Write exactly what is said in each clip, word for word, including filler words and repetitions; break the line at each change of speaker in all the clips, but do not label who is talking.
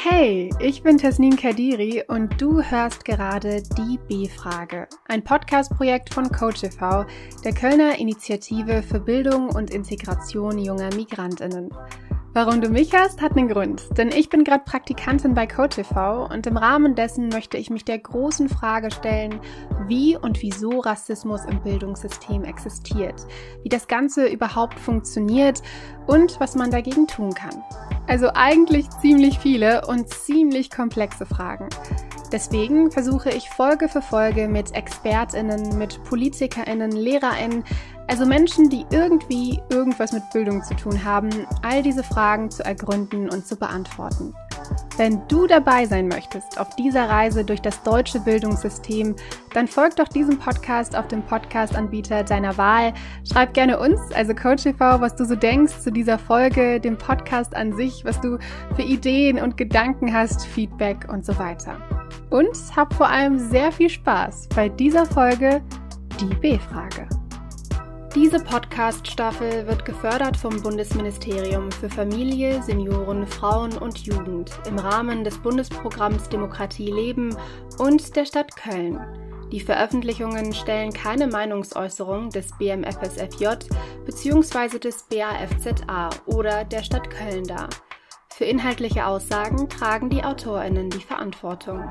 Hey, ich bin Tasnim Kadiri und du hörst gerade Die B-Frage, ein Podcast-Projekt von Coach e V, der Kölner Initiative für Bildung und Integration junger MigrantInnen. Warum du mich hörst, hat einen Grund, denn ich bin gerade Praktikantin bei Coach e V und im Rahmen dessen möchte ich mich der großen Frage stellen, wie und wieso Rassismus im Bildungssystem existiert, wie das Ganze überhaupt funktioniert und was man dagegen tun kann. Also eigentlich ziemlich viele und ziemlich komplexe Fragen. Deswegen versuche ich Folge für Folge mit ExpertInnen, mit PolitikerInnen, LehrerInnen, also Menschen, die irgendwie irgendwas mit Bildung zu tun haben, all diese Fragen zu ergründen und zu beantworten. Wenn du dabei sein möchtest auf dieser Reise durch das deutsche Bildungssystem, dann folg doch diesem Podcast auf dem Podcast-Anbieter deiner Wahl. Schreib gerne uns, also Coach e V, was du so denkst zu dieser Folge, dem Podcast an sich, was du für Ideen und Gedanken hast, Feedback und so weiter. Und hab vor allem sehr viel Spaß bei dieser Folge Die B-Frage. Diese Podcast-Staffel wird gefördert vom Bundesministerium für Familie, Senioren, Frauen und Jugend im Rahmen des Bundesprogramms Demokratie leben und der Stadt Köln. Die Veröffentlichungen stellen keine Meinungsäußerung des B M F S F J bzw. des B A F Z A oder der Stadt Köln dar. Für inhaltliche Aussagen tragen die AutorInnen die Verantwortung.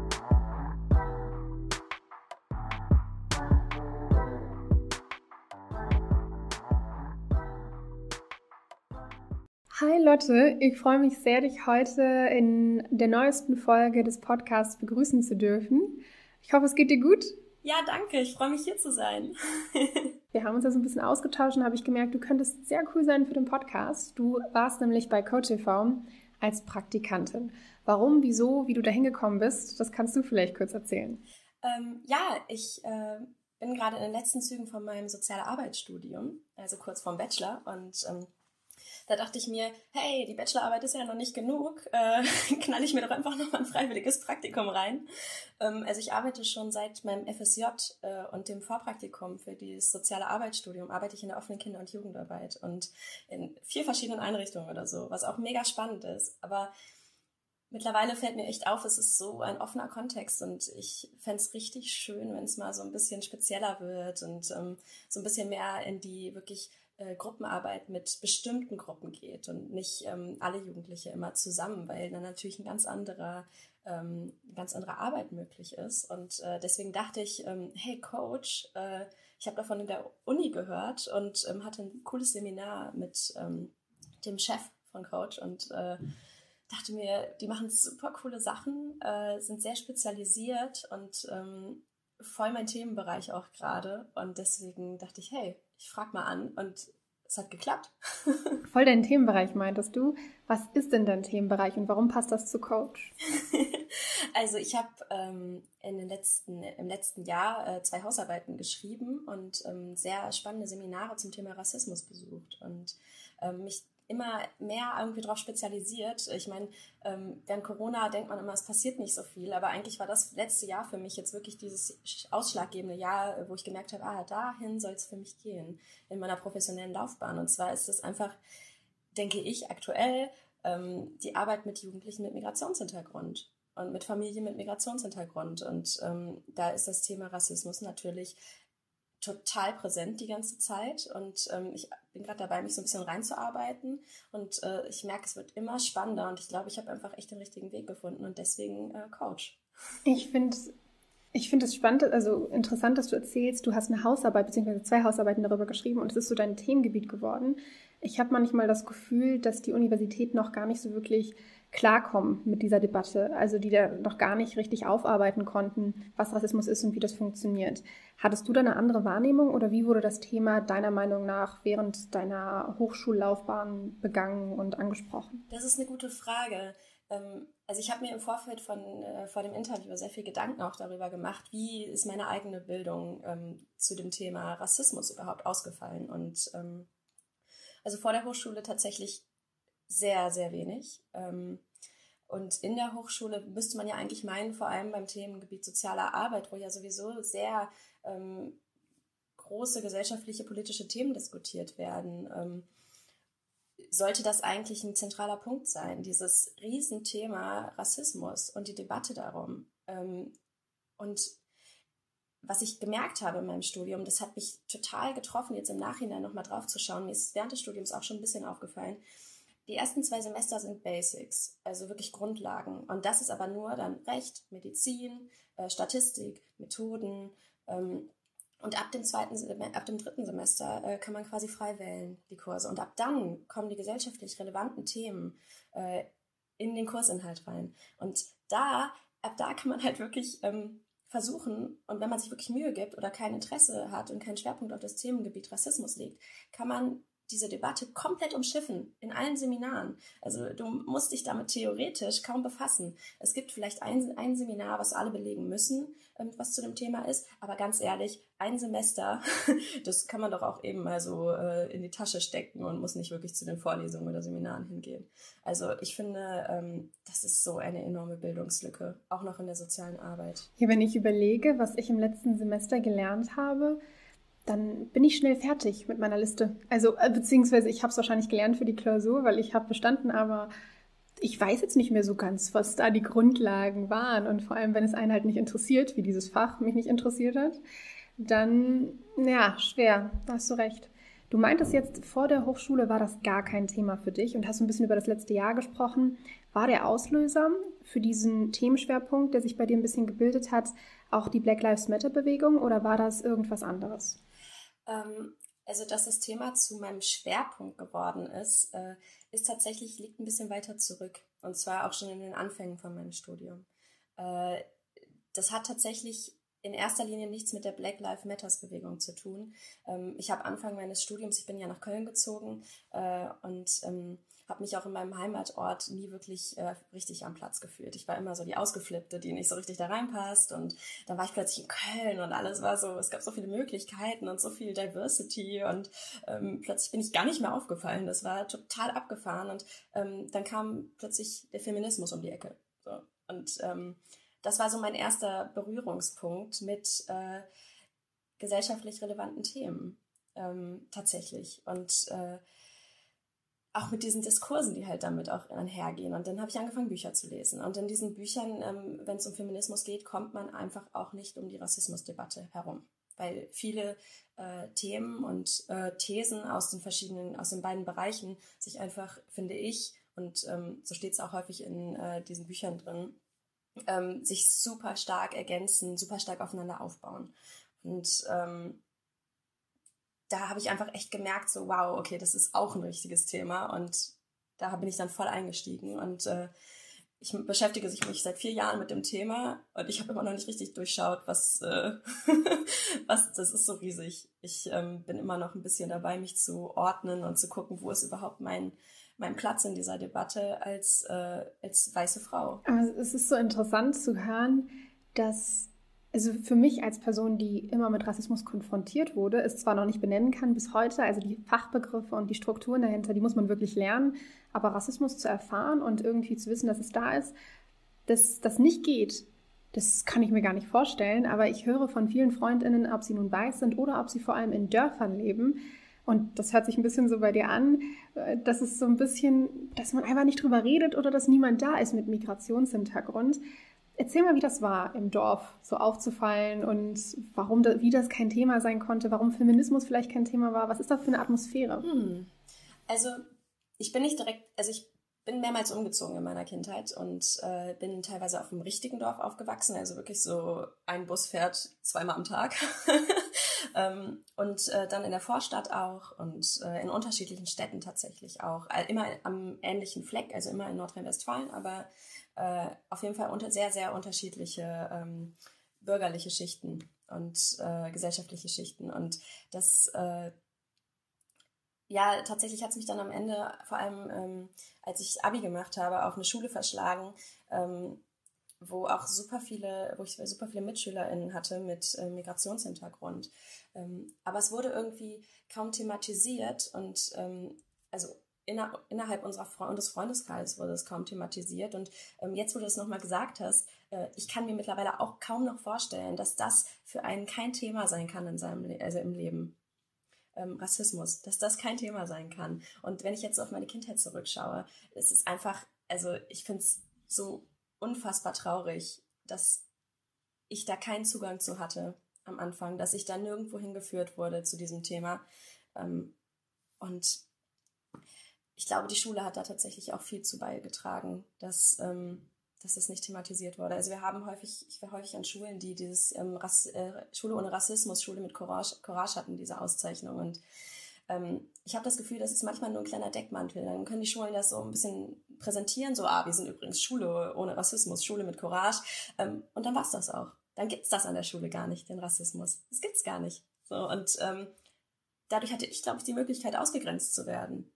Hi Lotte, ich freue mich sehr, dich heute in der neuesten Folge des Podcasts begrüßen zu dürfen. Ich hoffe, es geht dir gut.
Ja, danke, ich freue mich hier zu sein.
Wir haben uns ja so ein bisschen ausgetauscht und habe ich gemerkt, du könntest sehr cool sein für den Podcast. Du warst nämlich bei Coach e V als Praktikantin. Warum, wieso, wie du da hingekommen bist, das kannst du vielleicht kurz erzählen.
Ähm, ja, ich äh, bin gerade in den letzten Zügen von meinem Sozialarbeitsstudium, also kurz vorm Bachelor, und ähm, da dachte ich mir, hey, die Bachelorarbeit ist ja noch nicht genug, äh, knall ich mir doch einfach noch mal ein freiwilliges Praktikum rein. Ähm, also ich arbeite schon seit meinem F S J äh, und dem Vorpraktikum für dieses soziale Arbeitsstudium, arbeite ich in der offenen Kinder- und Jugendarbeit und in vier verschiedenen Einrichtungen oder so, was auch mega spannend ist. Aber mittlerweile fällt mir echt auf, es ist so ein offener Kontext und ich fände es richtig schön, wenn es mal so ein bisschen spezieller wird und ähm, so ein bisschen mehr in die wirklich äh, Gruppenarbeit mit bestimmten Gruppen geht und nicht ähm, alle Jugendliche immer zusammen, weil dann natürlich ein ganz anderer, ähm, ganz andere Arbeit möglich ist. Und äh, deswegen dachte ich, ähm, hey Coach, äh, ich habe davon in der Uni gehört und ähm, hatte ein cooles Seminar mit ähm, dem Chef von Coach und äh, dachte mir, die machen super coole Sachen, äh, sind sehr spezialisiert und ähm, voll mein Themenbereich auch gerade. Und deswegen dachte ich, hey, ich frage mal an und es hat geklappt.
Voll dein Themenbereich, meintest du. Was ist denn dein Themenbereich und warum passt das zu Coach?
Also ich habe ähm, in den letzten, im letzten Jahr äh, zwei Hausarbeiten geschrieben und ähm, sehr spannende Seminare zum Thema Rassismus besucht und ähm, mich immer mehr irgendwie darauf spezialisiert. Ich meine, ähm, während Corona denkt man immer, es passiert nicht so viel, aber eigentlich war das letzte Jahr für mich jetzt wirklich dieses ausschlaggebende Jahr, wo ich gemerkt habe, ah, dahin soll es für mich gehen in meiner professionellen Laufbahn. Und zwar ist es einfach, denke ich, aktuell ähm, die Arbeit mit Jugendlichen mit Migrationshintergrund und mit Familien mit Migrationshintergrund. Und ähm, da ist das Thema Rassismus natürlich total präsent die ganze Zeit und ähm, ich bin gerade dabei, mich so ein bisschen reinzuarbeiten und äh, ich merke, es wird immer spannender und ich glaube, ich habe einfach echt den richtigen Weg gefunden und deswegen äh, Coach.
Ich finde ich finde es spannend, also interessant, dass du erzählst, du hast eine Hausarbeit bzw. zwei Hausarbeiten darüber geschrieben und es ist so dein Themengebiet geworden. Ich habe manchmal das Gefühl, dass die Universitäten noch gar nicht so wirklich klarkommen mit dieser Debatte, also die da noch gar nicht richtig aufarbeiten konnten, was Rassismus ist und wie das funktioniert. Hattest du da eine andere Wahrnehmung oder wie wurde das Thema deiner Meinung nach während deiner Hochschullaufbahn begangen und angesprochen?
Das ist eine gute Frage. Also ich habe mir im Vorfeld von äh, vor dem Interview sehr viel Gedanken auch darüber gemacht, wie ist meine eigene Bildung ähm, zu dem Thema Rassismus überhaupt ausgefallen und ähm, also vor der Hochschule tatsächlich sehr, sehr wenig. Und in der Hochschule müsste man ja eigentlich meinen, vor allem beim Themengebiet sozialer Arbeit, wo ja sowieso sehr ähm, große gesellschaftliche, politische Themen diskutiert werden, ähm, sollte das eigentlich ein zentraler Punkt sein, dieses Riesenthema Rassismus und die Debatte darum. Ähm, und was ich gemerkt habe in meinem Studium, das hat mich total getroffen, jetzt im Nachhinein nochmal drauf zu schauen, mir ist während des Studiums auch schon ein bisschen aufgefallen, die ersten zwei Semester sind Basics, also wirklich Grundlagen. Und das ist aber nur dann Recht, Medizin, äh, Statistik, Methoden. Ähm, und ab dem zweiten, ab dem dritten Semester äh, kann man quasi frei wählen, die Kurse. Und ab dann kommen die gesellschaftlich relevanten Themen äh, in den Kursinhalt rein. Und da, ab da kann man halt wirklich ähm, versuchen, und wenn man sich wirklich Mühe gibt oder kein Interesse hat und keinen Schwerpunkt auf das Themengebiet Rassismus legt, kann man diese Debatte komplett umschiffen in allen Seminaren. Also du musst dich damit theoretisch kaum befassen. Es gibt vielleicht ein, ein Seminar, was alle belegen müssen, ähm, was zu dem Thema ist, aber ganz ehrlich, ein Semester, das kann man doch auch eben mal so äh, in die Tasche stecken und muss nicht wirklich zu den Vorlesungen oder Seminaren hingehen. Also ich finde, ähm, das ist so eine enorme Bildungslücke, auch noch in der sozialen Arbeit.
Hier, wenn ich überlege, was ich im letzten Semester gelernt habe, dann bin ich schnell fertig mit meiner Liste. Also, beziehungsweise ich habe es wahrscheinlich gelernt für die Klausur, weil ich habe bestanden, aber ich weiß jetzt nicht mehr so ganz, was da die Grundlagen waren. Und vor allem, wenn es einen halt nicht interessiert, wie dieses Fach mich nicht interessiert hat, dann, ja, schwer, da hast du recht. Du meintest jetzt, vor der Hochschule war das gar kein Thema für dich und hast so ein bisschen über das letzte Jahr gesprochen. War der Auslöser für diesen Themenschwerpunkt, der sich bei dir ein bisschen gebildet hat, auch die Black Lives Matter Bewegung oder war das irgendwas anderes?
Also, dass das Thema zu meinem Schwerpunkt geworden ist, äh, ist tatsächlich, liegt ein bisschen weiter zurück. Und zwar auch schon in den Anfängen von meinem Studium. Äh, das hat tatsächlich in erster Linie nichts mit der Black Lives Matter Bewegung zu tun. Ähm, ich habe Anfang meines Studiums, ich bin ja nach Köln gezogen äh, und ähm, habe mich auch in meinem Heimatort nie wirklich äh, richtig am Platz gefühlt. Ich war immer so die Ausgeflippte, die nicht so richtig da reinpasst. Und dann war ich plötzlich in Köln und alles war so, es gab so viele Möglichkeiten und so viel Diversity und ähm, plötzlich bin ich gar nicht mehr aufgefallen. Das war total abgefahren und ähm, dann kam plötzlich der Feminismus um die Ecke. So. Und ähm, das war so mein erster Berührungspunkt mit äh, gesellschaftlich relevanten Themen ähm, tatsächlich. Und äh, auch mit diesen Diskursen, die halt damit auch einhergehen. Und dann habe ich angefangen, Bücher zu lesen. Und in diesen Büchern, ähm, wenn es um Feminismus geht, kommt man einfach auch nicht um die Rassismusdebatte herum. Weil viele äh, Themen und äh, Thesen aus den verschiedenen, aus den beiden Bereichen sich einfach, finde ich, und ähm, so steht es auch häufig in äh, diesen Büchern drin, ähm, sich super stark ergänzen, super stark aufeinander aufbauen. Und ähm, da habe ich einfach echt gemerkt, so wow, okay, das ist auch ein richtiges Thema und da bin ich dann voll eingestiegen und äh, ich beschäftige mich seit vier Jahren mit dem Thema und ich habe immer noch nicht richtig durchschaut, was, äh, was, das ist so riesig. Ich ähm, bin immer noch ein bisschen dabei, mich zu ordnen und zu gucken, wo ist überhaupt mein, mein Platz in dieser Debatte als, äh, als weiße Frau.
Also es ist so interessant zu hören, dass also für mich als Person, die immer mit Rassismus konfrontiert wurde, es zwar noch nicht benennen kann bis heute, also die Fachbegriffe und die Strukturen dahinter, die muss man wirklich lernen, aber Rassismus zu erfahren und irgendwie zu wissen, dass es da ist, dass das nicht geht, das kann ich mir gar nicht vorstellen, aber ich höre von vielen FreundInnen, ob sie nun weiß sind oder ob sie vor allem in Dörfern leben, und das hört sich ein bisschen so bei dir an, dass es so ein bisschen, dass man einfach nicht drüber redet oder dass niemand da ist mit Migrationshintergrund. Erzähl mal, wie das war, im Dorf so aufzufallen und warum, da, wie das kein Thema sein konnte, warum Feminismus vielleicht kein Thema war. Was ist das für eine Atmosphäre?
Hm. Also ich bin nicht direkt, also ich bin mehrmals umgezogen in meiner Kindheit und äh, bin teilweise auf einem richtigen Dorf aufgewachsen, also wirklich so ein Bus fährt zweimal am Tag. ähm, und äh, dann in der Vorstadt auch und äh, in unterschiedlichen Städten tatsächlich auch. Immer am ähnlichen Fleck, also immer in Nordrhein-Westfalen, aber äh, auf jeden Fall unter sehr, sehr unterschiedliche ähm, bürgerliche Schichten und äh, gesellschaftliche Schichten. Und das, äh, ja, tatsächlich hat es mich dann am Ende, vor allem ähm, als ich Abi gemacht habe, auf eine Schule verschlagen, ähm, wo auch super viele, wo ich super viele MitschülerInnen hatte mit äh, Migrationshintergrund. Ähm, aber es wurde irgendwie kaum thematisiert und ähm, also inner, innerhalb unserer Fre- unseres Freundeskreises wurde es kaum thematisiert. Und ähm, jetzt, wo du das nochmal gesagt hast, äh, ich kann mir mittlerweile auch kaum noch vorstellen, dass das für einen kein Thema sein kann in seinem Le- also im Leben. ähm, Rassismus, dass das kein Thema sein kann. Und wenn ich jetzt so auf meine Kindheit zurückschaue, es ist einfach, also ich finde es so unfassbar traurig, dass ich da keinen Zugang zu hatte am Anfang, dass ich da nirgendwo hingeführt wurde zu diesem Thema. Ähm, und ich glaube, die Schule hat da tatsächlich auch viel zu beigetragen, dass, ähm, dass das nicht thematisiert wurde. Also wir haben häufig, ich war häufig an Schulen, die dieses ähm, Rass, äh, Schule ohne Rassismus, Schule mit Courage, Courage hatten, diese Auszeichnung. Und ähm, ich habe das Gefühl, das ist manchmal nur ein kleiner Deckmantel. Dann können die Schulen das so ein bisschen präsentieren, so, ah, wir sind übrigens Schule ohne Rassismus, Schule mit Courage. Ähm, und dann war's das auch. Dann gibt's das an der Schule gar nicht, den Rassismus. Das gibt's gar nicht. So, und ähm, dadurch hatte ich, glaube ich, die Möglichkeit, ausgegrenzt zu werden.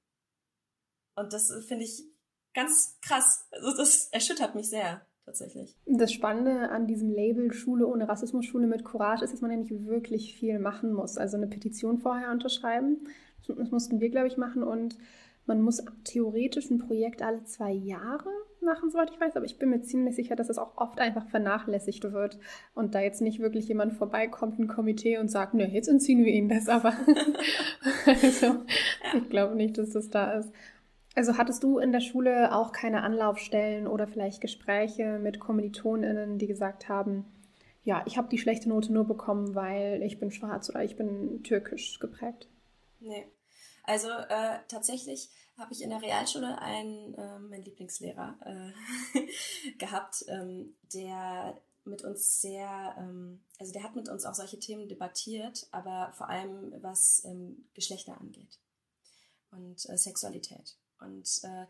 Und das finde ich ganz krass. Also das erschüttert mich sehr, tatsächlich.
Das Spannende an diesem Label Schule ohne Rassismus, Schule mit Courage ist, dass man ja nicht wirklich viel machen muss. Also eine Petition vorher unterschreiben, das mussten wir, glaube ich, machen. Und man muss theoretisch ein Projekt alle zwei Jahre machen, soweit ich weiß. Aber ich bin mir ziemlich sicher, dass das auch oft einfach vernachlässigt wird. Und da jetzt nicht wirklich jemand vorbeikommt, ein Komitee und sagt, ne, jetzt entziehen wir Ihnen das. Aber also, ja. Ich glaube nicht, dass das da ist. Also hattest du in der Schule auch keine Anlaufstellen oder vielleicht Gespräche mit KommilitonInnen, die gesagt haben, ja, ich habe die schlechte Note nur bekommen, weil ich bin schwarz oder ich bin türkisch geprägt?
Nee. Also äh, tatsächlich habe ich in der Realschule einen, äh, meinen Lieblingslehrer äh, gehabt, ähm, der mit uns sehr, ähm, also der hat mit uns auch solche Themen debattiert, aber vor allem was ähm, Geschlechter angeht und äh, Sexualität. Und äh,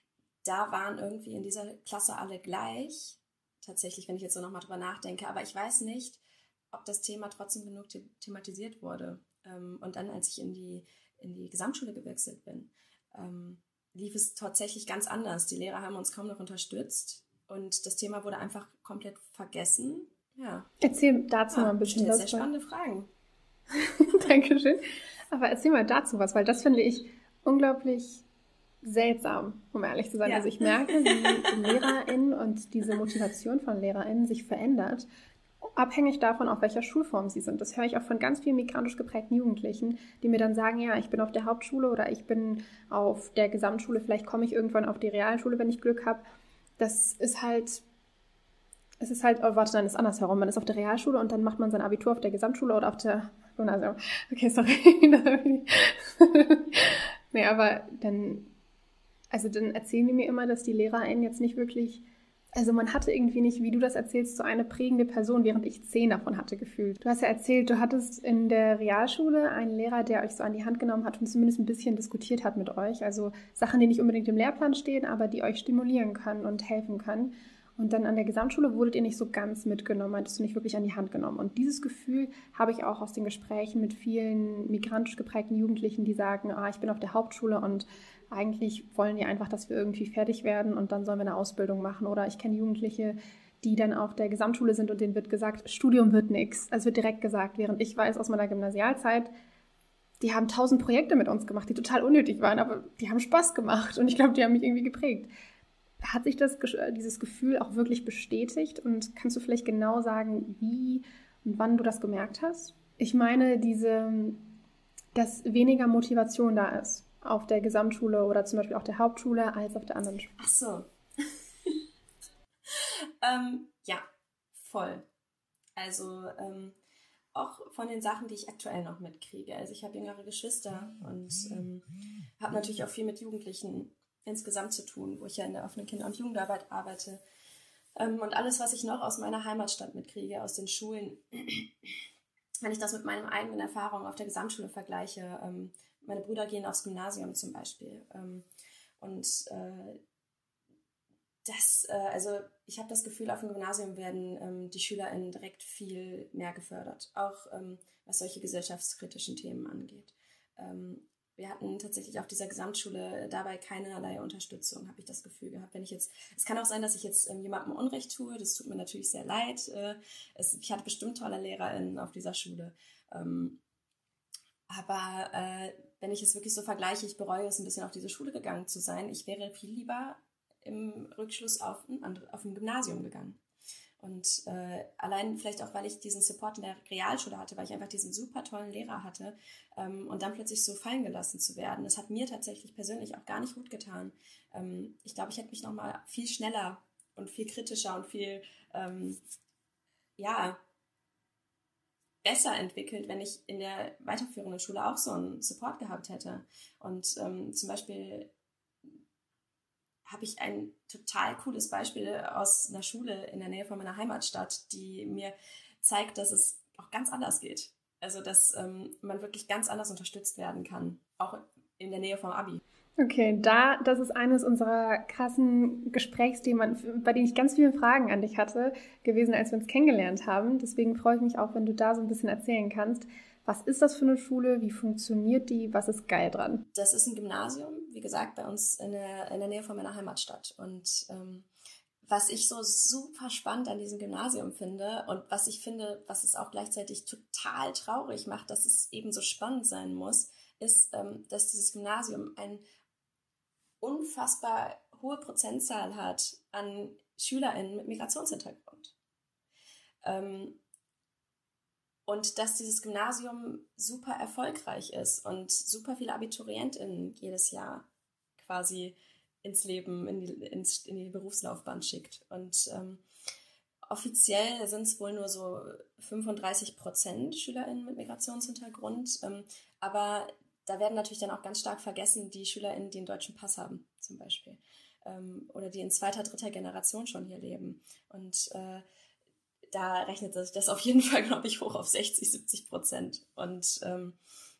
da waren irgendwie in dieser Klasse alle gleich, tatsächlich, wenn ich jetzt so nochmal drüber nachdenke. Aber ich weiß nicht, ob das Thema trotzdem genug the- thematisiert wurde. Ähm, und dann, als ich in die, in die Gesamtschule gewechselt bin, ähm, lief es tatsächlich ganz anders. Die Lehrer haben uns kaum noch unterstützt und das Thema wurde einfach komplett vergessen. Ja.
Erzähl dazu
ja,
mal ein bisschen was.
Sehr spannende Fragen.
Dankeschön. Aber erzähl mal dazu was, weil das finde ich unglaublich seltsam, um ehrlich zu sein. Ja. Also ich merke, wie LehrerInnen und diese Motivation von LehrerInnen sich verändert, abhängig davon, auf welcher Schulform sie sind. Das höre ich auch von ganz vielen migrantisch geprägten Jugendlichen, die mir dann sagen, ja, ich bin auf der Hauptschule oder ich bin auf der Gesamtschule, vielleicht komme ich irgendwann auf die Realschule, wenn ich Glück habe. Das ist halt, es ist halt, oh, warte, dann ist es andersherum. Man ist auf der Realschule und dann macht man sein Abitur auf der Gesamtschule oder auf der Gymnasium. Okay, sorry. Nee, aber dann Also dann erzählen die mir immer, dass die LehrerInnen jetzt nicht wirklich, also man hatte irgendwie nicht, wie du das erzählst, so eine prägende Person, während ich zehn davon hatte gefühlt. Du hast ja erzählt, du hattest in der Realschule einen Lehrer, der euch so an die Hand genommen hat und zumindest ein bisschen diskutiert hat mit euch. Also Sachen, die nicht unbedingt im Lehrplan stehen, aber die euch stimulieren können und helfen können. Und dann an der Gesamtschule wurdet ihr nicht so ganz mitgenommen, hattest du nicht wirklich an die Hand genommen. Und dieses Gefühl habe ich auch aus den Gesprächen mit vielen migrantisch geprägten Jugendlichen, die sagen, ah, ich bin auf der Hauptschule und eigentlich wollen die einfach, dass wir irgendwie fertig werden und dann sollen wir eine Ausbildung machen. Oder ich kenne Jugendliche, die dann auf der Gesamtschule sind und denen wird gesagt, Studium wird nichts. Also wird direkt gesagt, während ich weiß aus meiner Gymnasialzeit, die haben tausend Projekte mit uns gemacht, die total unnötig waren, aber die haben Spaß gemacht und ich glaube, die haben mich irgendwie geprägt. Hat sich das, dieses Gefühl auch wirklich bestätigt und kannst du vielleicht genau sagen, wie und wann du das gemerkt hast? Ich meine, diese, dass weniger Motivation da ist auf der Gesamtschule oder zum Beispiel auch der Hauptschule als auf der anderen Schule.
Ach so. ähm, ja, voll. Also ähm, auch von den Sachen, die ich aktuell noch mitkriege. Also ich habe jüngere Geschwister und ähm, habe natürlich auch viel mit Jugendlichen insgesamt zu tun, wo ich ja in der offenen Kinder- und Jugendarbeit arbeite. Ähm, und alles, was ich noch aus meiner Heimatstadt mitkriege, aus den Schulen, wenn ich das mit meinen eigenen Erfahrungen auf der Gesamtschule vergleiche, ähm, meine Brüder gehen aufs Gymnasium zum Beispiel. Ähm, und äh, das, äh, also ich habe das Gefühl, auf dem Gymnasium werden ähm, die SchülerInnen direkt viel mehr gefördert, auch ähm, was solche gesellschaftskritischen Themen angeht. Ähm, wir hatten tatsächlich auf dieser Gesamtschule dabei keinerlei Unterstützung, habe ich das Gefühl gehabt. Wenn ich jetzt, es kann auch sein, dass ich jetzt ähm, jemandem Unrecht tue, das tut mir natürlich sehr leid. Äh, es, ich hatte bestimmt tolle LehrerInnen auf dieser Schule. Ähm, aber äh, wenn ich es wirklich so vergleiche, ich bereue es ein bisschen, auf diese Schule gegangen zu sein. Ich wäre viel lieber im Rückschluss auf ein, auf ein Gymnasium gegangen. Und äh, allein vielleicht auch, weil ich diesen Support in der Realschule hatte, weil ich einfach diesen super tollen Lehrer hatte ähm, und dann plötzlich so fallen gelassen zu werden, das hat mir tatsächlich persönlich auch gar nicht gut getan. Ähm, ich glaube, ich hätte mich nochmal viel schneller und viel kritischer und viel, ähm, ja, besser entwickelt, wenn ich in der weiterführenden Schule auch so einen Support gehabt hätte. Und ähm, zum Beispiel habe ich ein total cooles Beispiel aus einer Schule in der Nähe von meiner Heimatstadt, die mir zeigt, dass es auch ganz anders geht. Also, dass ähm, man wirklich ganz anders unterstützt werden kann, auch in der Nähe vom Abi.
Okay, da, das ist eines unserer krassen Gesprächsthemen, bei denen ich ganz viele Fragen an dich hatte, gewesen, als wir uns kennengelernt haben. Deswegen freue ich mich auch, wenn du da so ein bisschen erzählen kannst. Was ist das für eine Schule? Wie funktioniert die? Was ist geil dran?
Das ist ein Gymnasium, wie gesagt, bei uns in der, in der Nähe von meiner Heimatstadt. Und ähm, was ich so super spannend an diesem Gymnasium finde und was ich finde, was es auch gleichzeitig total traurig macht, dass es eben so spannend sein muss, ist, ähm, dass dieses Gymnasium ein unfassbar hohe Prozentzahl hat an SchülerInnen mit Migrationshintergrund. Ähm, und dass dieses Gymnasium super erfolgreich ist und super viele AbiturientInnen jedes Jahr quasi ins Leben, in die, ins, in die Berufslaufbahn schickt. Und ähm, offiziell sind es wohl nur so fünfunddreißig Prozent SchülerInnen mit Migrationshintergrund, ähm, aber da werden natürlich dann auch ganz stark vergessen die SchülerInnen, die einen deutschen Pass haben, zum Beispiel. Ähm, oder die in zweiter, dritter Generation schon hier leben. Und äh, da rechnet sich das auf jeden Fall, glaube ich, hoch auf sechzig, siebzig Prozent. Und ähm,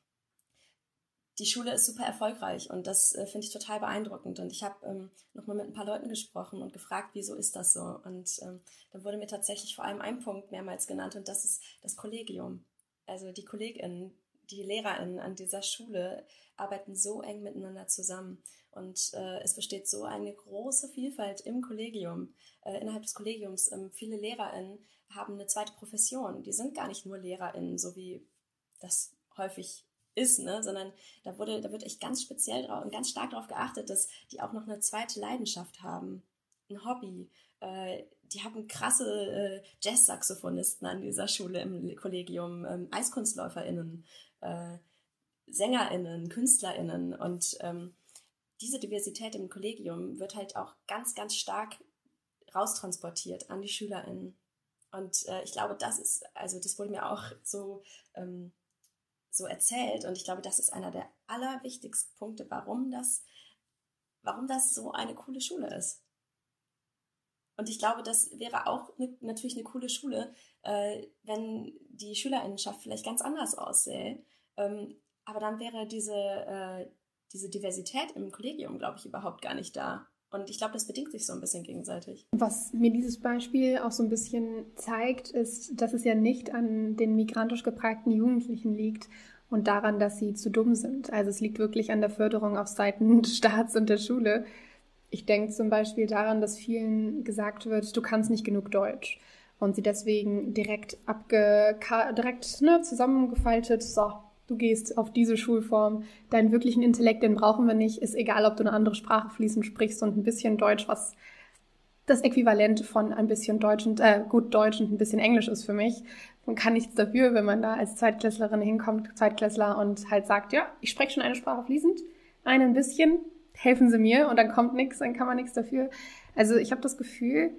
die Schule ist super erfolgreich und das äh, finde ich total beeindruckend. Und ich habe ähm, nochmal mit ein paar Leuten gesprochen und gefragt, wieso ist das so? Und ähm, dann wurde mir tatsächlich vor allem ein Punkt mehrmals genannt und das ist das Kollegium. Also die KollegInnen, die LehrerInnen an dieser Schule arbeiten so eng miteinander zusammen und äh, es besteht so eine große Vielfalt im Kollegium, äh, innerhalb des Kollegiums. Ähm, viele LehrerInnen haben eine zweite Profession, die sind gar nicht nur LehrerInnen, so wie das häufig ist, ne? Sondern da wurde, da wird echt ganz speziell drauf und ganz stark darauf geachtet, dass die auch noch eine zweite Leidenschaft haben, ein Hobby. Äh, die haben krasse äh, Jazz-Saxophonisten an dieser Schule im Kollegium, ähm, EiskunstläuferInnen, äh, SängerInnen, KünstlerInnen und ähm, diese Diversität im Kollegium wird halt auch ganz, ganz stark raustransportiert an die SchülerInnen. Und äh, ich glaube, das ist, also das wurde mir auch so, ähm, so erzählt und ich glaube, das ist einer der allerwichtigsten Punkte, warum das, warum das so eine coole Schule ist. Und ich glaube, das wäre auch ne, natürlich eine coole Schule, äh, wenn die SchülerInnenschaft vielleicht ganz anders aussähe. Ähm, aber dann wäre diese, äh, diese Diversität im Kollegium, glaube ich, überhaupt gar nicht da. Und ich glaube, das bedingt sich so ein bisschen gegenseitig.
Was mir dieses Beispiel auch so ein bisschen zeigt, ist, dass es ja nicht an den migrantisch geprägten Jugendlichen liegt und daran, dass sie zu dumm sind. Also es liegt wirklich an der Förderung auf Seiten des Staats und der Schule. Ich denke zum Beispiel daran, dass vielen gesagt wird, du kannst nicht genug Deutsch. Und sie deswegen direkt, abge direkt ne, zusammengefaltet, so, du gehst auf diese Schulform, deinen wirklichen Intellekt, den brauchen wir nicht, ist egal, ob du eine andere Sprache fließend sprichst und ein bisschen Deutsch, was das Äquivalent von ein bisschen Deutsch und, äh, gut Deutsch und ein bisschen Englisch ist für mich. Man kann nichts dafür, wenn man da als Zweitklässlerin hinkommt, Zweitklässler und halt sagt, ja, ich spreche schon eine Sprache fließend, eine ein bisschen, helfen Sie mir und dann kommt nichts, dann kann man nichts dafür. Also ich habe das Gefühl,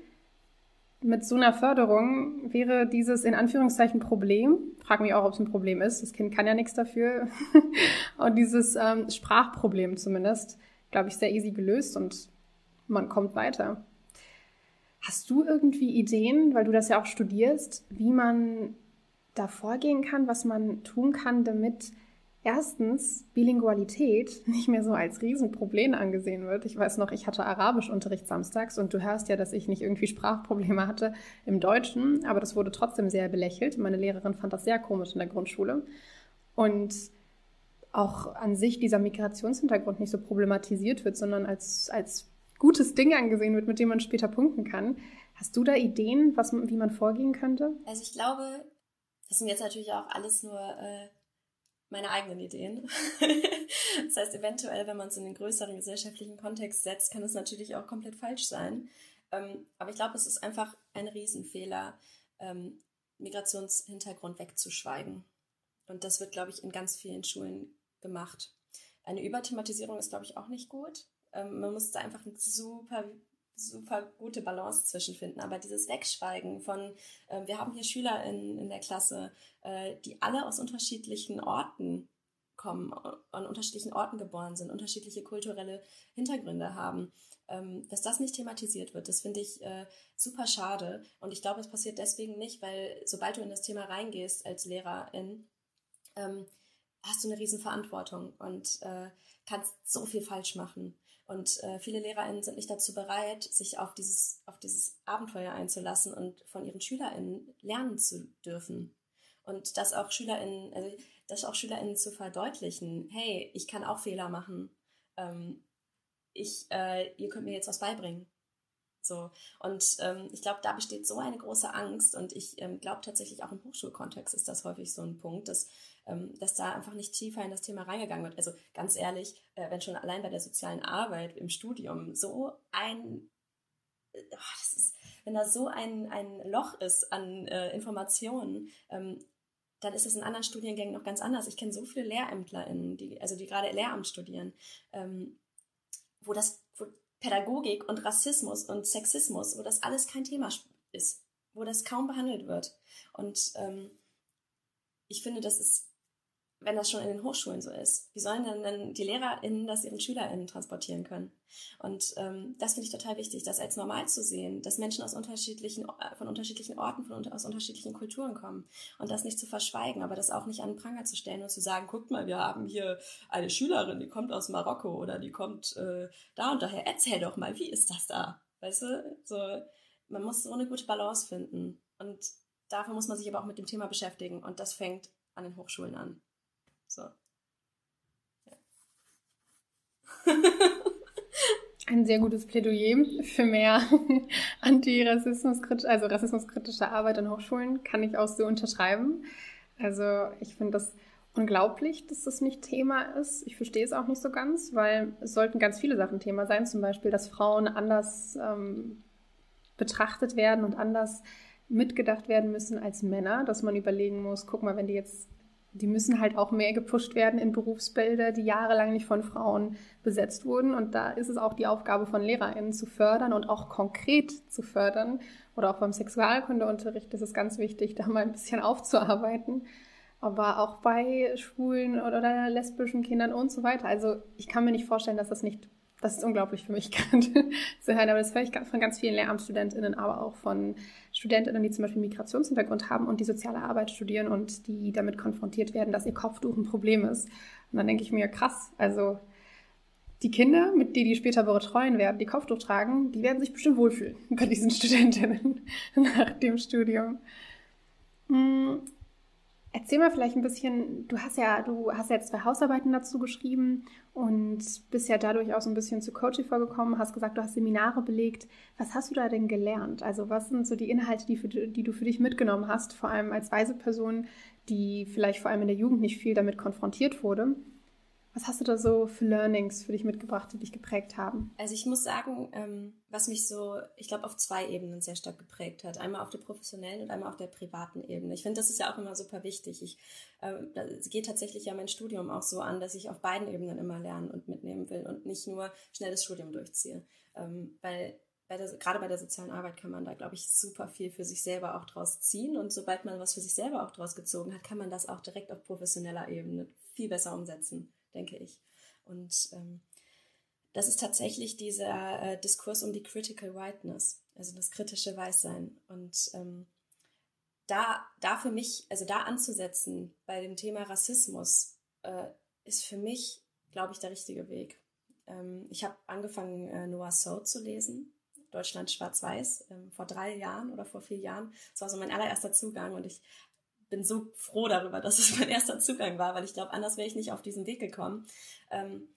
mit so einer Förderung wäre dieses in Anführungszeichen Problem, frage mich auch, ob es ein Problem ist, das Kind kann ja nichts dafür, und dieses ähm, Sprachproblem zumindest, glaube ich, sehr easy gelöst und man kommt weiter. Hast du irgendwie Ideen, weil du das ja auch studierst, wie man da vorgehen kann, was man tun kann, damit erstens Bilingualität nicht mehr so als Riesenproblem angesehen wird? Ich weiß noch, ich hatte Arabischunterricht samstags und du hörst ja, dass ich nicht irgendwie Sprachprobleme hatte im Deutschen, aber das wurde trotzdem sehr belächelt. Meine Lehrerin fand das sehr komisch in der Grundschule. Und auch an sich dieser Migrationshintergrund nicht so problematisiert wird, sondern als, als gutes Ding angesehen wird, mit dem man später punkten kann. Hast du da Ideen, was, wie man vorgehen könnte?
Also ich glaube, das sind jetzt natürlich auch alles nur äh, meine eigenen Ideen. Das heißt, eventuell, wenn man es in den größeren gesellschaftlichen Kontext setzt, kann es natürlich auch komplett falsch sein. Ähm, aber ich glaube, es ist einfach ein Riesenfehler, ähm, Migrationshintergrund wegzuschweigen. Und das wird, glaube ich, in ganz vielen Schulen gemacht. Eine Überthematisierung ist, glaube ich, auch nicht gut. Ähm, man muss da einfach eine super, super gute Balance zwischenfinden. Aber dieses Wegschweigen von, äh, wir haben hier Schüler in, in der Klasse, äh, die alle aus unterschiedlichen Orten kommen, an unterschiedlichen Orten geboren sind, unterschiedliche kulturelle Hintergründe haben, ähm, dass das nicht thematisiert wird, das finde ich äh, super schade. Und ich glaube, es passiert deswegen nicht, weil sobald du in das Thema reingehst als Lehrerin, ähm, hast du eine riesen Verantwortung und äh, kannst so viel falsch machen. Und äh, viele LehrerInnen sind nicht dazu bereit, sich auf dieses, auf dieses Abenteuer einzulassen und von ihren SchülerInnen lernen zu dürfen. Und das auch SchülerInnen, also das auch SchülerInnen zu verdeutlichen, hey, ich kann auch Fehler machen. Ähm, ich, äh, ihr könnt mir jetzt was beibringen. So. Und ähm, ich glaube, da besteht so eine große Angst und ich ähm, glaube tatsächlich auch im Hochschulkontext ist das häufig so ein Punkt, dass, ähm, dass da einfach nicht tiefer in das Thema reingegangen wird. Also ganz ehrlich, äh, wenn schon allein bei der sozialen Arbeit im Studium so ein, äh, oh, das ist, wenn da so ein, ein Loch ist an äh, Informationen, ähm, dann ist es in anderen Studiengängen noch ganz anders. Ich kenne so viele LehrämtlerInnen, die, also die gerade Lehramt studieren, ähm, wo das, wo Pädagogik und Rassismus und Sexismus, wo das alles kein Thema ist, wo das kaum behandelt wird. Und ähm, ich finde, das ist, wenn das schon in den Hochschulen so ist, wie sollen denn, denn die LehrerInnen das ihren SchülerInnen transportieren können? Und ähm, das finde ich total wichtig, das als normal zu sehen, dass Menschen aus unterschiedlichen, von unterschiedlichen Orten, von aus unterschiedlichen Kulturen kommen und das nicht zu verschweigen, aber das auch nicht an den Pranger zu stellen und zu sagen, guckt mal, wir haben hier eine Schülerin, die kommt aus Marokko oder die kommt äh, da und daher, erzähl doch mal, wie ist das da? Weißt du, so, man muss so eine gute Balance finden und dafür muss man sich aber auch mit dem Thema beschäftigen und das fängt an den Hochschulen an. So. Ja.
Ein sehr gutes Plädoyer für mehr Antirassismuskritische, also rassismuskritische Arbeit an Hochschulen, kann ich auch so unterschreiben. Also ich finde das unglaublich, dass das nicht Thema ist. Ich verstehe es auch nicht so ganz, weil es sollten ganz viele Sachen Thema sein, zum Beispiel, dass Frauen anders ähm, betrachtet werden und anders mitgedacht werden müssen als Männer, dass man überlegen muss, guck mal, wenn die jetzt die müssen halt auch mehr gepusht werden in Berufsbilder, die jahrelang nicht von Frauen besetzt wurden. Und da ist es auch die Aufgabe von LehrerInnen zu fördern und auch konkret zu fördern. Oder auch beim Sexualkundeunterricht ist es ganz wichtig, da mal ein bisschen aufzuarbeiten. Aber auch bei schwulen oder lesbischen Kindern und so weiter. Also ich kann mir nicht vorstellen, dass das nicht, das ist unglaublich für mich gerade zu hören, aber das höre ich von ganz vielen LehramtsstudentInnen, aber auch von StudentInnen, die zum Beispiel Migrationshintergrund haben und die soziale Arbeit studieren und die damit konfrontiert werden, dass ihr Kopftuch ein Problem ist. Und dann denke ich mir, krass, also die Kinder, mit die die später betreuen werden, die Kopftuch tragen, die werden sich bestimmt wohlfühlen bei diesen StudentInnen nach dem Studium. Hm. Erzähl mal vielleicht ein bisschen, du hast ja, du hast ja jetzt zwei Hausarbeiten dazu geschrieben und bist ja dadurch auch so ein bisschen zu Coach T V gekommen, hast gesagt, du hast Seminare belegt. Was hast du da denn gelernt? Also was sind so die Inhalte, die, für, die du für dich mitgenommen hast, vor allem als weise Person, die vielleicht vor allem in der Jugend nicht viel damit konfrontiert wurde? Was hast du da so für Learnings für dich mitgebracht, die dich geprägt haben?
Also ich muss sagen, ähm, was mich so, ich glaube, auf zwei Ebenen sehr stark geprägt hat. Einmal auf der professionellen und einmal auf der privaten Ebene. Ich finde, das ist ja auch immer super wichtig. Ich äh, das geht tatsächlich ja mein Studium auch so an, dass ich auf beiden Ebenen immer lernen und mitnehmen will und nicht nur schnell das Studium durchziehe. Ähm, weil bei der, gerade bei der sozialen Arbeit kann man da, glaube ich, super viel für sich selber auch draus ziehen. Und sobald man was für sich selber auch draus gezogen hat, kann man das auch direkt auf professioneller Ebene viel besser umsetzen, denke ich. Und ähm, das ist tatsächlich dieser äh, Diskurs um die Critical Whiteness, also das kritische Weißsein. Und ähm, da, da für mich, also da anzusetzen bei dem Thema Rassismus, äh, ist für mich, glaube ich, der richtige Weg. Ähm, ich habe angefangen, äh, Noah Sowell zu lesen, Deutschland schwarz-weiß, ähm, vor drei Jahren oder vor vier Jahren. Das war so mein allererster Zugang und ich bin so froh darüber, dass es mein erster Zugang war, weil ich glaube, anders wäre ich nicht auf diesen Weg gekommen. Ähm,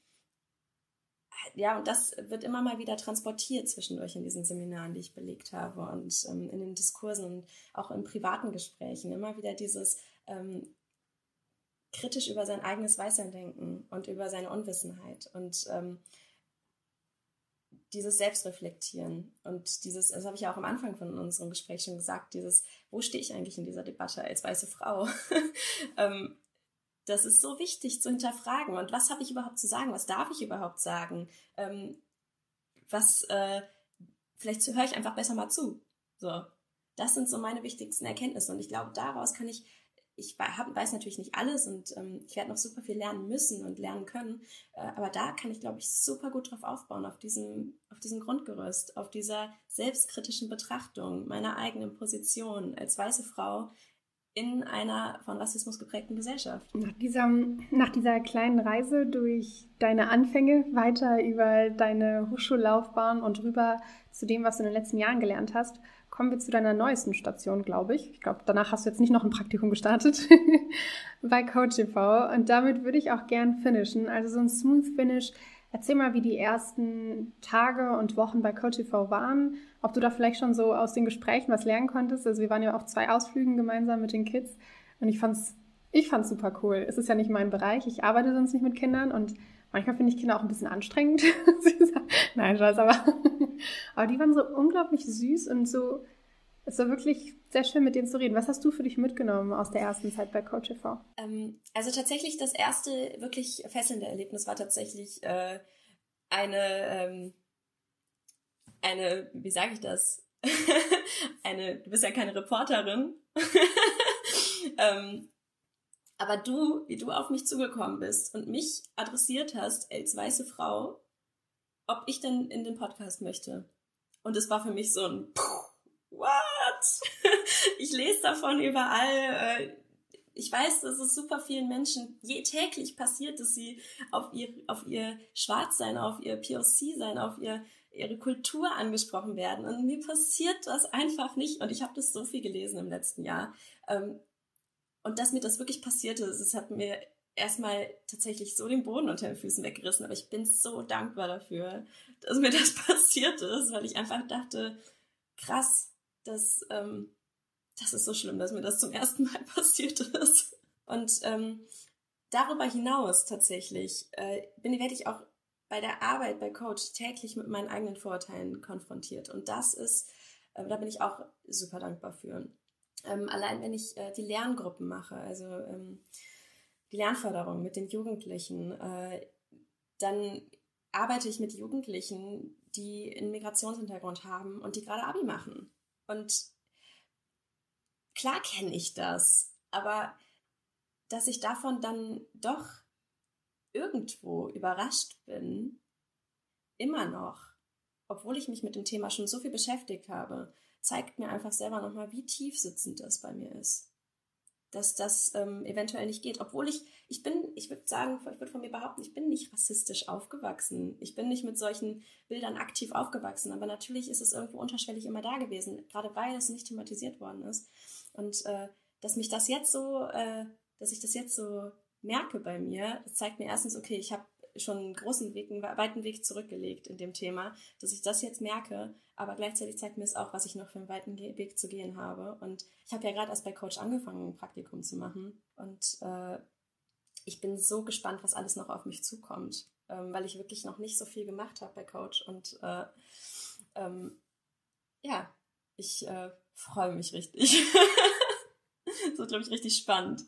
ja, und das wird immer mal wieder transportiert zwischendurch in diesen Seminaren, die ich belegt habe und ähm, in den Diskursen und auch in privaten Gesprächen. Immer wieder dieses ähm, kritisch über sein eigenes Weißsein denken und über seine Unwissenheit. Und ähm, dieses Selbstreflektieren und dieses, das habe ich ja auch am Anfang von unserem Gespräch schon gesagt, dieses, wo stehe ich eigentlich in dieser Debatte als weiße Frau? ähm, das ist so wichtig zu hinterfragen. Und was habe ich überhaupt zu sagen? Was darf ich überhaupt sagen? Ähm, was, äh, vielleicht höre ich einfach besser mal zu. So, das sind so meine wichtigsten Erkenntnisse. Und ich glaube, daraus kann ich, ich hab, weiß natürlich nicht alles und ähm, ich werde noch super viel lernen müssen und lernen können. Äh, aber da kann ich, glaube ich, super gut drauf aufbauen, auf diesem, auf diesem Grundgerüst, auf dieser selbstkritischen Betrachtung meiner eigenen Position als weiße Frau in einer von Rassismus geprägten Gesellschaft.
Nach dieser, nach dieser kleinen Reise durch deine Anfänge, weiter über deine Hochschullaufbahn und rüber zu dem, was du in den letzten Jahren gelernt hast, kommen wir zu deiner neuesten Station, glaube ich. Ich glaube, danach hast du jetzt nicht noch ein Praktikum gestartet bei Coach T V. Und damit würde ich auch gern finishen. Also so ein Smooth Finish. Erzähl mal, wie die ersten Tage und Wochen bei Coach T V waren. Ob du da vielleicht schon so aus den Gesprächen was lernen konntest. Also wir waren ja auf zwei Ausflügen gemeinsam mit den Kids. Und ich fand's, ich fand's super cool. Es ist ja nicht mein Bereich. Ich arbeite sonst nicht mit Kindern. Und manchmal finde ich Kinder auch ein bisschen anstrengend. Nein, Scheiß, aber, aber die waren so unglaublich süß und so, es war wirklich sehr schön, mit denen zu reden. Was hast du für dich mitgenommen aus der ersten Zeit bei Coach T V?
Ähm, also tatsächlich das erste wirklich fesselnde Erlebnis war tatsächlich äh, eine, ähm, eine, wie sage ich das? eine, du bist ja keine Reporterin. ähm, aber du, wie du auf mich zugekommen bist und mich adressiert hast als weiße Frau, ob ich denn in den Podcast möchte. Und es war für mich so ein What? Ich lese davon überall. Ich weiß, dass es super vielen Menschen je täglich passiert, dass sie auf ihr, auf ihr Schwarzsein, auf ihr P O C-Sein, auf ihr, ihre Kultur angesprochen werden. Und mir passiert das einfach nicht. Und ich habe das so viel gelesen im letzten Jahr. Und dass mir das wirklich passiert ist, das hat mir erstmal tatsächlich so den Boden unter den Füßen weggerissen. Aber ich bin so dankbar dafür, dass mir das passiert ist, weil ich einfach dachte, krass, das, ähm, das ist so schlimm, dass mir das zum ersten Mal passiert ist. Und ähm, darüber hinaus tatsächlich äh, bin, werde ich auch bei der Arbeit bei Coach täglich mit meinen eigenen Vorurteilen konfrontiert. Und das ist, äh, da bin ich auch super dankbar für. Ähm, allein wenn ich äh, die Lerngruppen mache, also ähm, die Lernförderung mit den Jugendlichen, äh, dann arbeite ich mit Jugendlichen, die einen Migrationshintergrund haben und die gerade Abi machen. Und klar kenne ich das, aber dass ich davon dann doch irgendwo überrascht bin, immer noch, obwohl ich mich mit dem Thema schon so viel beschäftigt habe, zeigt mir einfach selber nochmal, wie tief sitzend das bei mir ist. Dass das ähm, eventuell nicht geht. Obwohl ich, ich bin, ich würde sagen, ich würde von mir behaupten, ich bin nicht rassistisch aufgewachsen. Ich bin nicht mit solchen Bildern aktiv aufgewachsen. Aber natürlich ist es irgendwo unterschwellig immer da gewesen, gerade weil es nicht thematisiert worden ist. Und äh, dass mich das jetzt so, äh, dass ich das jetzt so merke bei mir, das zeigt mir erstens, okay, ich habe schon einen großen Weg, einen weiten Weg zurückgelegt in dem Thema, dass ich das jetzt merke, aber gleichzeitig zeigt mir es auch, was ich noch für einen weiten Weg zu gehen habe. Und ich habe ja gerade erst bei Coach angefangen, ein Praktikum zu machen. Und äh, ich bin so gespannt, was alles noch auf mich zukommt, ähm, weil ich wirklich noch nicht so viel gemacht habe bei Coach. Und äh, ähm, ja, ich äh, freue mich richtig. Das wird, glaube ich, richtig spannend.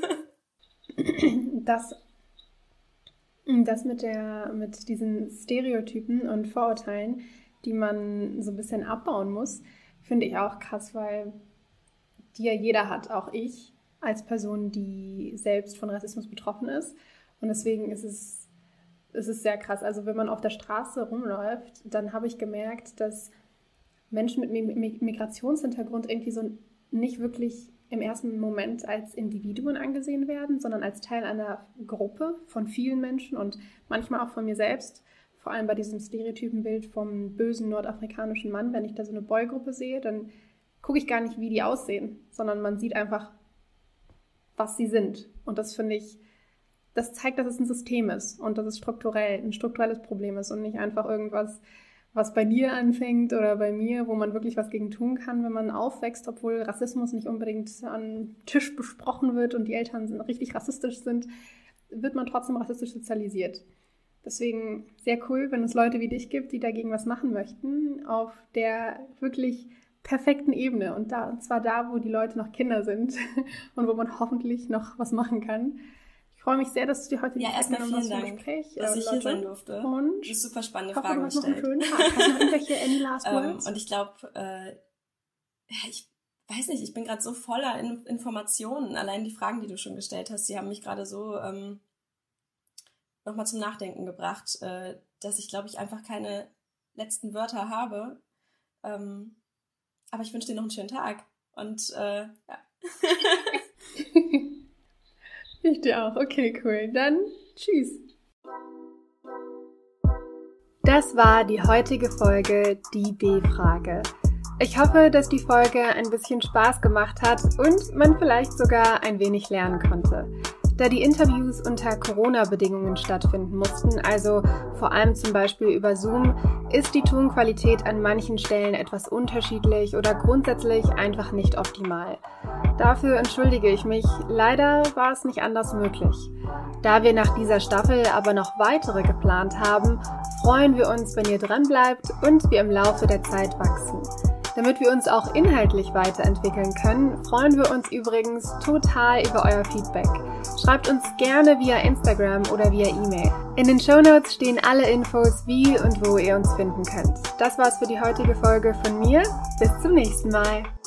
Das Das mit der, mit diesen Stereotypen und Vorurteilen, die man so ein bisschen abbauen muss, finde ich auch krass, weil die ja jeder hat, auch ich, als Person, die selbst von Rassismus betroffen ist. Und deswegen ist es, es ist sehr krass. Also wenn man auf der Straße rumläuft, dann habe ich gemerkt, dass Menschen mit Migrationshintergrund irgendwie so nicht wirklich im ersten Moment als Individuen angesehen werden, sondern als Teil einer Gruppe von vielen Menschen und manchmal auch von mir selbst, vor allem bei diesem Stereotypenbild vom bösen nordafrikanischen Mann. Wenn ich da so eine Boygruppe sehe, dann gucke ich gar nicht, wie die aussehen, sondern man sieht einfach, was sie sind. Und das finde ich, das zeigt, dass es ein System ist und dass es strukturell, ein strukturelles Problem ist und nicht einfach irgendwas, was bei dir anfängt oder bei mir, wo man wirklich was gegen tun kann, wenn man aufwächst, obwohl Rassismus nicht unbedingt am Tisch besprochen wird und die Eltern richtig rassistisch sind, wird man trotzdem rassistisch sozialisiert. Deswegen sehr cool, wenn es Leute wie dich gibt, die dagegen was machen möchten, auf der wirklich perfekten Ebene und, da, und zwar da, wo die Leute noch Kinder sind und wo man hoffentlich noch was machen kann. Ich freue mich sehr, dass du dir heute die
ja,
Zeit genommen hast
für
das Gespräch.
dass
äh,
ich hier sein durfte.
Und
du hast super spannende
hoffe,
Fragen
du hast noch einen
gestellt.
schönen Tag. Hast du noch irgendwelche any last words?
Und ich glaube, äh, ich weiß nicht, ich bin gerade so voller in- Informationen. Allein die Fragen, die du schon gestellt hast, die haben mich gerade so ähm, nochmal zum Nachdenken gebracht, äh, dass ich, glaube ich, einfach keine letzten Wörter habe. Ähm, aber ich wünsche dir noch einen schönen Tag. Und äh, ja.
Ich dir auch. Okay, cool. Dann tschüss. Das war die heutige Folge Die B-Frage. Ich hoffe, dass die Folge ein bisschen Spaß gemacht hat und man vielleicht sogar ein wenig lernen konnte. Da die Interviews unter Corona-Bedingungen stattfinden mussten, also vor allem zum Beispiel über Zoom, ist die Tonqualität an manchen Stellen etwas unterschiedlich oder grundsätzlich einfach nicht optimal. Dafür entschuldige ich mich, leider war es nicht anders möglich. Da wir nach dieser Staffel aber noch weitere geplant haben, freuen wir uns, wenn ihr dran bleibt und wir im Laufe der Zeit wachsen. Damit wir uns auch inhaltlich weiterentwickeln können, freuen wir uns übrigens total über euer Feedback. Schreibt uns gerne via Instagram oder via E-Mail. In den Shownotes stehen alle Infos, wie und wo ihr uns finden könnt. Das war's für die heutige Folge von mir. Bis zum nächsten Mal.